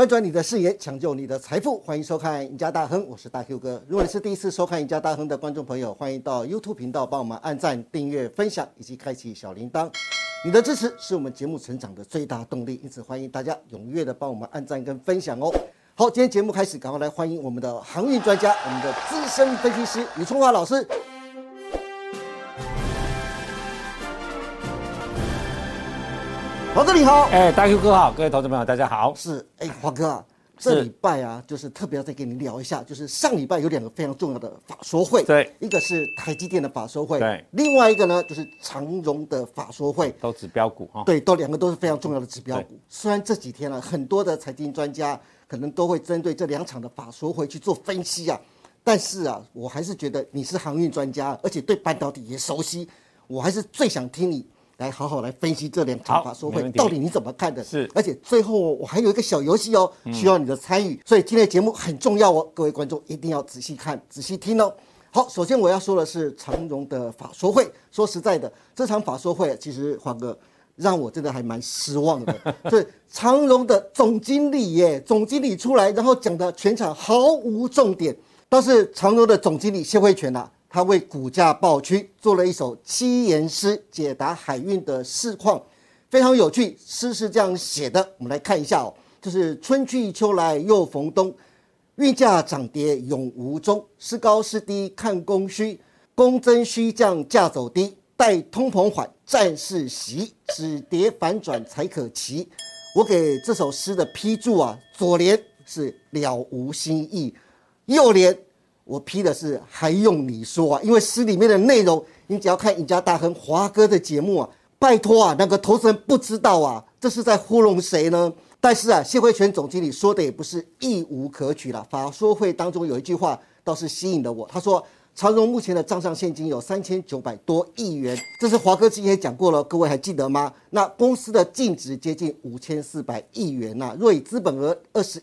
翻转你的视野，抢救你的财富，欢迎收看《赢家大亨》，我是大 Q 哥。如果你是第一次收看《赢家大亨》的观众朋友，欢迎到 YouTube 频道帮我们按赞、订阅、分享以及开启小铃铛。你的支持是我们节目成长的最大动力，因此欢迎大家踊跃的帮我们按赞跟分享哦。好，今天节目开始，赶快来欢迎我们的航运专家，我们的资深分析师李春华老师。华哥你好， 大 Q 哥好，各位投资朋友大家好。 是，华哥啊，这礼拜啊，就是特别要再跟你聊一下，就是上礼拜有2个非常重要的法说会， 对， 一个是台积电的法说会， 对， 另外一个呢就是长荣的法说会， 都指标股哈， 对，2个都是非常重要的指标股。虽然这几天呢，很多的财经专家可能都会针对这2场的法说会去做分析啊，但是啊，我还是觉得你是航运专家，而且对半导体也熟悉，我还是最想听你来好好来分析这2场法说会，到底你怎么看的？ 是， 而且最后我还有一个小游戏哦，需要你的参与，所以今天的节目很重要哦，各位观众一定要仔细看、仔细听哦。好，首先我要说的是长荣的法说会。说实在的，这场法说会其实华哥让我真的还蛮失望的。就是长荣的总经理出来，然后讲的全场毫无重点，倒是长荣的总经理谢慧全啊。他为股价暴趋做了一首7言诗，解答海运的市况，非常有趣。诗是这样写的，我们来看一下哦，就是春去秋来又逢冬，运价涨跌永无终，是高是低看供需，供增需降价走低，待通膨缓战事息，止跌反转才可期。我给这首诗的批注啊，左联是了无新意，右联我批的是还用你说啊？因为诗里面的内容，你只要看赢家大亨华哥的节目啊，拜托啊，那个投资人不知道啊，这是在糊弄谁呢？但是啊，谢慧全总经理说的也不是一无可取啦。法说会当中有一句话倒是吸引了我，他说长荣目前的账上现金有3900多亿元，这是华哥之前也讲过了，各位还记得吗？那公司的净值接近5400亿元呐，若以资本额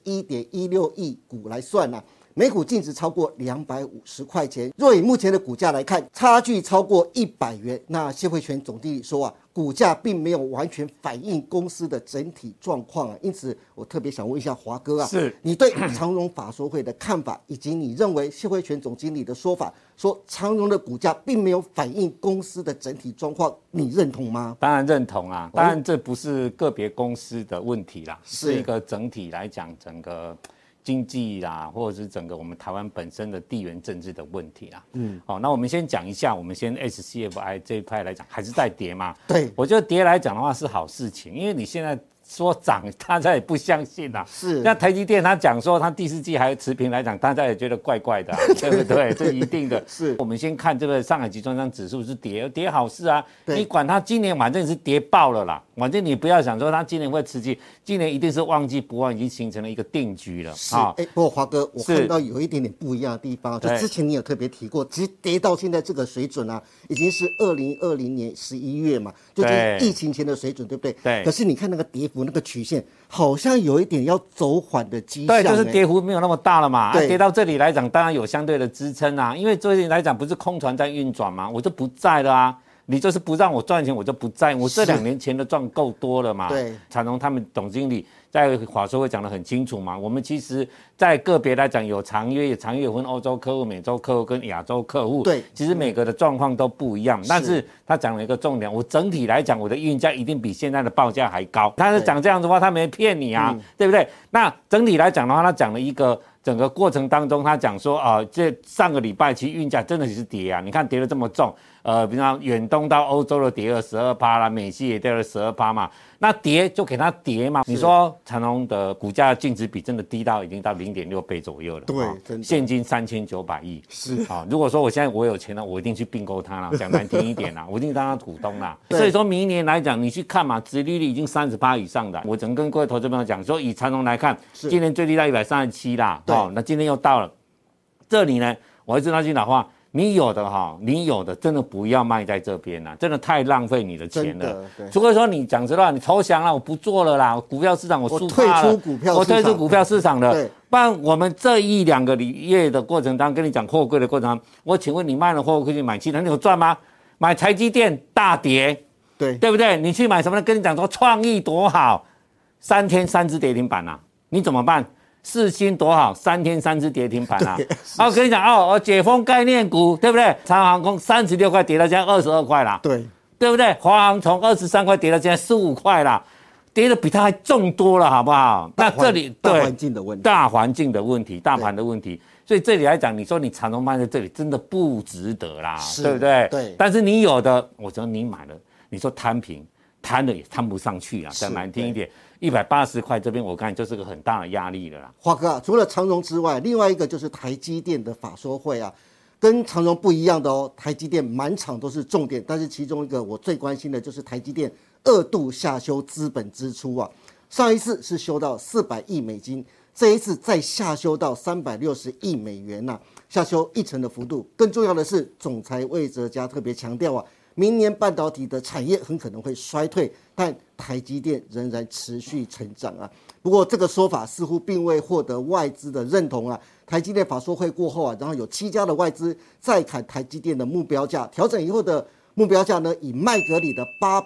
21.16亿股来算呐，每股净值超过250块钱，若以目前的股价来看，差距超过100元。那谢慧全总经理说啊，股价并没有完全反映公司的整体状况啊，因此我特别想问一下华哥啊， 是你对长荣法说会的看法，以及你认为谢慧全总经理的说法，说长荣的股价并没有反映公司的整体状况，你认同吗？ 当然认同啊，当然这不是个别公司的问题啦，是一个整体来讲整个经济啦，或者是整个我们台湾本身的地缘政治的问题啦。好，那我们先讲一下，我们先 SCFI 这一派来讲，还是在跌嘛？ 对， 我觉得跌来讲的话是好事情，因为你现在说涨，大家也不相信啊。 是， 那台积电他讲说他第4季还持平来讲，大家也觉得怪怪的、啊，对不对？这一定的。 是， 我们先看这个上海集装箱指数是跌好事啊。你管它今年反正是跌爆了啦，反正你不要想说它今年会持续，今年一定是旺季不旺，已经形成了一个定局了。 是，不过华哥，我看到有一点点不一样的地方，就之前你有特别提过，其实跌到现在这个水准啊，已经是2020年11月嘛，就是疫情前的水准，对不对？ 对。 可是你看那个跌幅那个曲线，好像有一点要走缓的迹象。 对，就是跌幅没有那么大了嘛。 对， 跌到这里来讲，当然有相对的支撑啊。因为最近来讲，不是空船在运转吗？我就不在了啊。你就是不让我赚钱，我就不在。我这2年前的赚够多了嘛。 对， 长荣他们总经理在法说会讲得很清楚嘛。我们其实在个别来讲有长约有分欧洲客户、美洲客户跟亚洲客户。 对， 其实每个的状况都不一样。但是他讲了一个重点，我整体来讲，我的运价一定比现在的报价还高。他是讲这样子的话，他没骗你啊，对不对？那整体来讲的话，他讲了一个整个过程当中，他讲说这上个礼拜其实运价真的是跌啊，你看跌得这么重。比方远东到欧洲的跌了12%啦，美西也跌了12%嘛，那跌就给它跌嘛。你说长荣的股价净值比真的低到已经到0.6倍左右了， 对，真的现金3900亿是啊。如果说我现在我有钱了，我一定去并购它啦，讲难听一点啦，我一定当它股东啦。所以说明年来讲，你去看嘛，殖利率已经30%以上的。我只能跟各位投资朋友讲说，以长荣来看，今年最低到137啦，那今天又到了这里呢，我还是那句老话。你有的真的不要卖在这边啦，真的太浪费你的钱了。除非说你讲实话，你投降了，我不做了啦，股票市场我输怕了，我退出股票市场了。不然我们这1-2个月的过程当中，跟你讲货柜的过程当中，我请问你卖了货柜去买其他，你有赚吗？买台积电大跌， 对不对？你去买什么呢？跟你讲说创意多好，3天3只跌停板啊。 你怎么办？世芯多好，3天3次跌停板啊！我跟你讲哦，解封概念股，对不对？长航空36块跌到现在22块啦，对不对？华航从23块跌到现在15块啦，跌的比它还重多了，好不好？那这里大环境的问题， 大环境的问题，大盘的问题，所以这里来讲，你说你长荣卖在这里真的不值得啦，对不对？ 对。 但是你有的，我说你买了，你说摊平，摊了也摊不上去啊，讲难听一点。180块这边我看就是个很大的压力了啦。 华哥啊，除了长荣之外，另外一个就是台积电的法说会啊，跟长荣不一样的哦。台积电满场都是重点，但是其中一个我最关心的就是台积电2度下修资本支出啊。上一次是修到400亿美金，这一次再下修到360亿美元呐，下修1成的幅度。更重要的是，总裁魏哲嘉特别强调啊，明年半导体的产业很可能会衰退，但台积电仍然持续成长啊。不过这个说法似乎并未获得外资的认同啊。台积电法说会过后啊，然后有7家的外资再砍台积电的目标价，调整以后的目标价呢，以麦格里的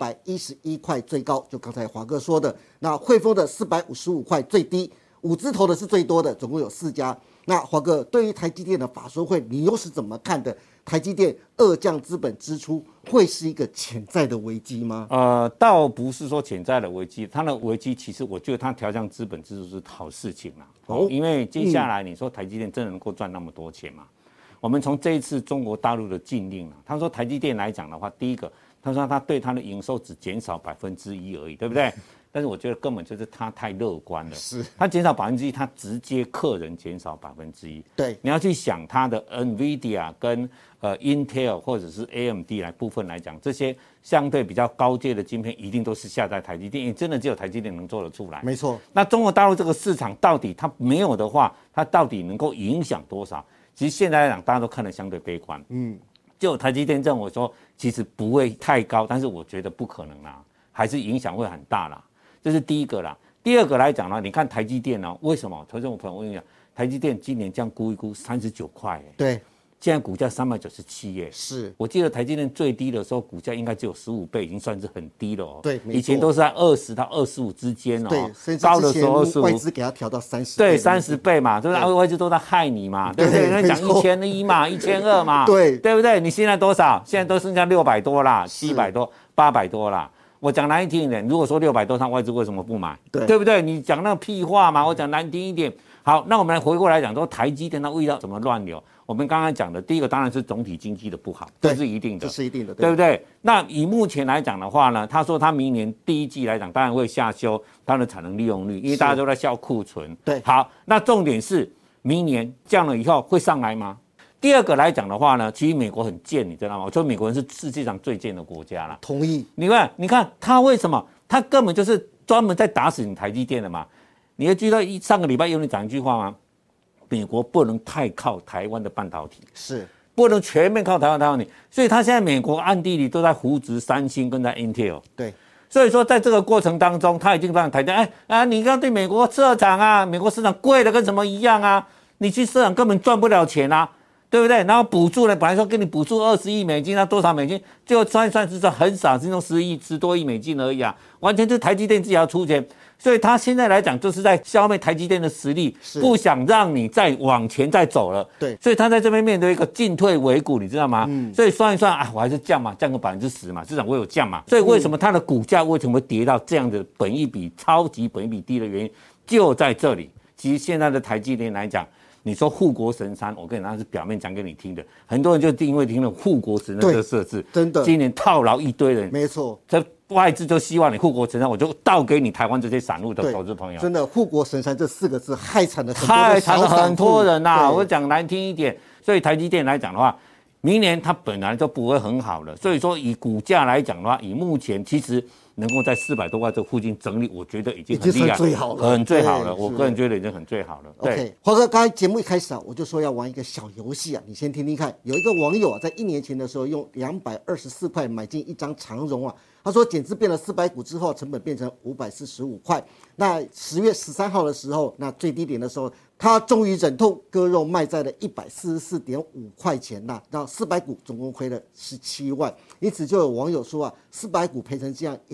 811块最高，就刚才华哥说的，那汇丰的455块最低，5字头的是最多的，总共有4家。那华哥对于台积电的法说会，你又是怎么看的？台积电2降资本支出会是一个潜在的危机吗？ 倒不是说潜在的危机，它的危机其实我觉得它调降资本支出是好事情啦。因为接下来你说台积电真的能够赚那么多钱吗？我们从这一次中国大陆的禁令啊，他说台积电来讲的话，第一个他说他对他的营收只减少1%而已，对不对？但是我觉得根本就是他太乐观了。 是， 他减少1%，他直接客人减少1%。 对， 你要去想他的 NVIDIA 跟Intel 或者是 AMD 来部分来讲，这些相对比较高阶的晶片一定都是下在台积电，因为真的只有台积电能做得出来。 没错。 那中国大陆这个市场到底它没有的话，它到底能够影响多少？其实现在来讲，大家都看得相对悲观。就台积电认为说，其实不会太高，但是我觉得不可能啦，还是影响会很大啦。这是第一个啦。第二个来讲呢，你看台积电呢，为什么？投资者朋友问一下，台积电今年这样估一估39块， 对， 现在股价397耶。 是， 我记得台积电最低的时候，股价应该只有15倍，已经算是很低了哦。 对， 以前都是在20到25之间哦。 对，甚至高的时候外资给它调到30。 对，30倍嘛，就是外资都在害你嘛，对不对？人家讲1001嘛，1200嘛， 对， 对不对？你现在多少？现在都剩下600多啦，700多，800多啦。我讲难听一点，如果说600多，他外资为什么不买？对不对？你讲那个屁话嘛！我讲难听一点。好，那我们来回过来讲说，台积电它味道怎么乱流？我们刚刚讲的第一个当然是总体经济的不好，这是一定的， 这是一定的， 对不对？那以目前来讲的话呢，他说他明年第一季来讲，当然会下修它的产能利用率，因为大家都在销库存。 对， 好，那重点是明年降了以后会上来吗？第二个来讲的话呢，其实美国很贱，你知道吗？我说美国人是世界上最贱的国家啦。 同意。 你看他为什么？他根本就是专门在打死你台积电的嘛。你还记得上个礼拜有你讲一句话吗？美国不能太靠台湾的半导体， 是不能全面靠台湾半导体，所以他现在美国暗地里都在扶植三星跟在 Intel。 对。 所以说，在这个过程当中，他已经让台积电，你刚对美国市场啊，美国市场贵的跟什么一样啊？你去市场根本赚不了钱啊。对不对？然后补助呢，本来说给你补助20亿美金，那多少美金？最后算一算是很少，只用10多亿美金而已啊，完全就是台积电自己要出钱。所以他现在来讲，就是在消灭台积电的实力，不想让你再往前再走了。 对， 所以他在这边面对一个进退维谷，你知道吗？所以算一算啊，我还是降嘛，降个10%嘛，至少我有降嘛。所以为什么它的股价为什么会跌到这样的本益比超级本益比低的原因，就在这里。其实现在的台积电来讲，你说护国神山，我跟你讲是表面讲给你听的，很多人就因为听了护国神山这个设置， 真的， 今年套牢一堆人， 没错， 这外资就希望你护国神山，我就倒给你台湾这些散户的投资朋友。 真的，护国神山这4个字害惨了很多人呐、我讲难听一点，所以台积电来讲的话，明年它本来就不会很好了，所以说以股价来讲的话，以目前其实能够在400多块这附近整理，我觉得已经很厉害， 最好了， 很最好了。我个人觉得已经很最好了。对 OK， 华哥，刚才节目一开始啊，我就说要玩一个小游戏啊，你先听听看。有一个网友啊，在1年前的时候用224块买进一张长荣啊，他说减资变了400股之后，成本变成545块。那10月13号的时候，那最低点的时候，他终于忍痛割肉卖在了144.5块钱那400股总共亏了17万。因此就有网友说啊，400股赔成这样，也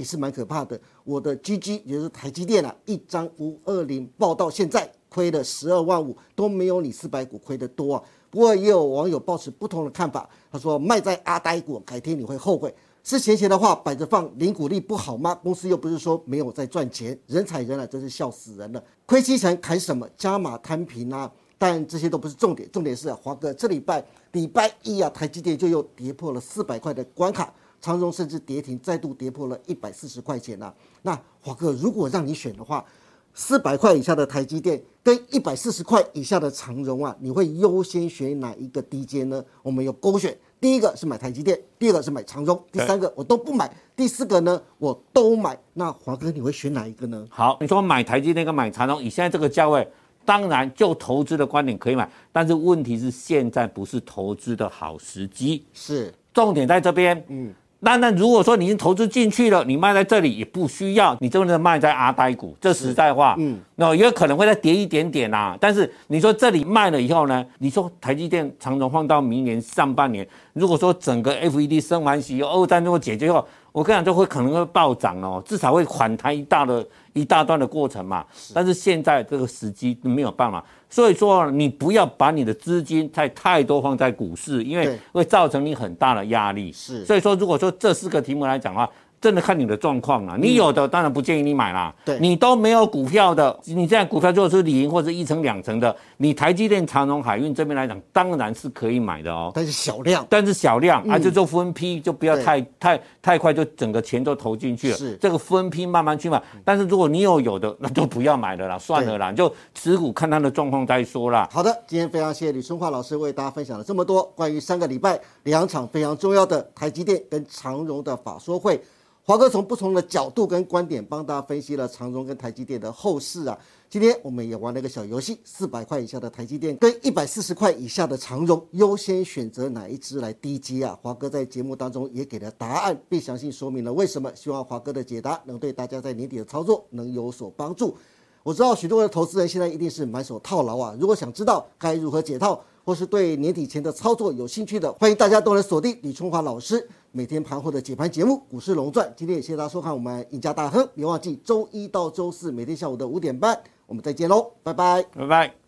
是蛮可怕的。我的 GG 也就是台积电啊，一张520报到现在亏了12万5，都没有你400股亏得多啊。不过也有网友抱持不同的看法，他说卖在阿呆股，改天你会后悔。是闲闲的话摆着放，零股利不好吗？公司又不是说没有在赚钱，人踩人啊，真是笑死人了。亏7成砍什么？加码摊平啊！但这些都不是重点，重点是华哥这礼拜一啊，台积电就又跌破了400块的关卡，长荣甚至跌停，再度跌破了140块钱啊。那华哥，如果让你选的话，400块以下的台积电跟140块以下的长荣啊，你会优先选哪一个低阶呢？我们有勾选。第一个是买台积电，第二个是买长荣，第三个我都不买，第四个呢我都买。那华哥你会选哪一个呢？ 好，你说买台积电跟买长荣，以现在这个价位，当然就投资的观点可以买，但是问题是现在不是投资的好时机， 是重点在这边。那如果说你已经投资进去了，你卖在这里也不需要，你真的卖在阿呆股，这实在话，那也有可能会再跌一点点啦。但是你说这里卖了以后呢，你说台积电、长荣放到明年上半年，如果说整个 FED 升完息，俄乌战争解决后，我跟你讲，就会可能会暴涨哦，至少会反弹一大段的过程嘛。但是现在这个时机没有办法，所以说你不要把你的资金太多放在股市，因为会造成你很大的压力。 是， 所以说如果说这4个题目来讲的话，真的看你的状况啦，你有的当然不建议你买啦。 对， 你都没有股票的，你现在股票就是理盈或者1成2成的，你台积电、长荣、海运这边来讲，当然是可以买的哦。 但是小量， 就做分批，就不要太快就整个钱都投进去了。 是这个分批慢慢去买。但是如果你有的，那就不要买了啦，算了啦，你就持股看它的状况再说啦。 好的，今天非常谢谢李春华老师为大家分享了这么多关于3个礼拜2场非常重要的台积电跟长荣的法说会。华哥从不同的角度跟观点帮大家分析了长荣跟台积电的后市啊。今天我们也玩了一个小游戏，400块以下的台积电跟140块以下的长荣，优先选择哪一支来低接啊？华哥在节目当中也给了答案，并详细说明了为什么。希望华哥的解答能对大家在年底的操作能有所帮助。我知道许多的投资人现在一定是满手套牢啊，如果想知道该如何解套，或是对年底前的操作有兴趣的，欢迎大家都能锁定李春华老师每天盘后的解盘节目《股市龙传》。今天也谢谢大家收看我们赢家大亨，别忘记周1到周4每天下午的5点半，我们再见喽，拜拜， 拜拜。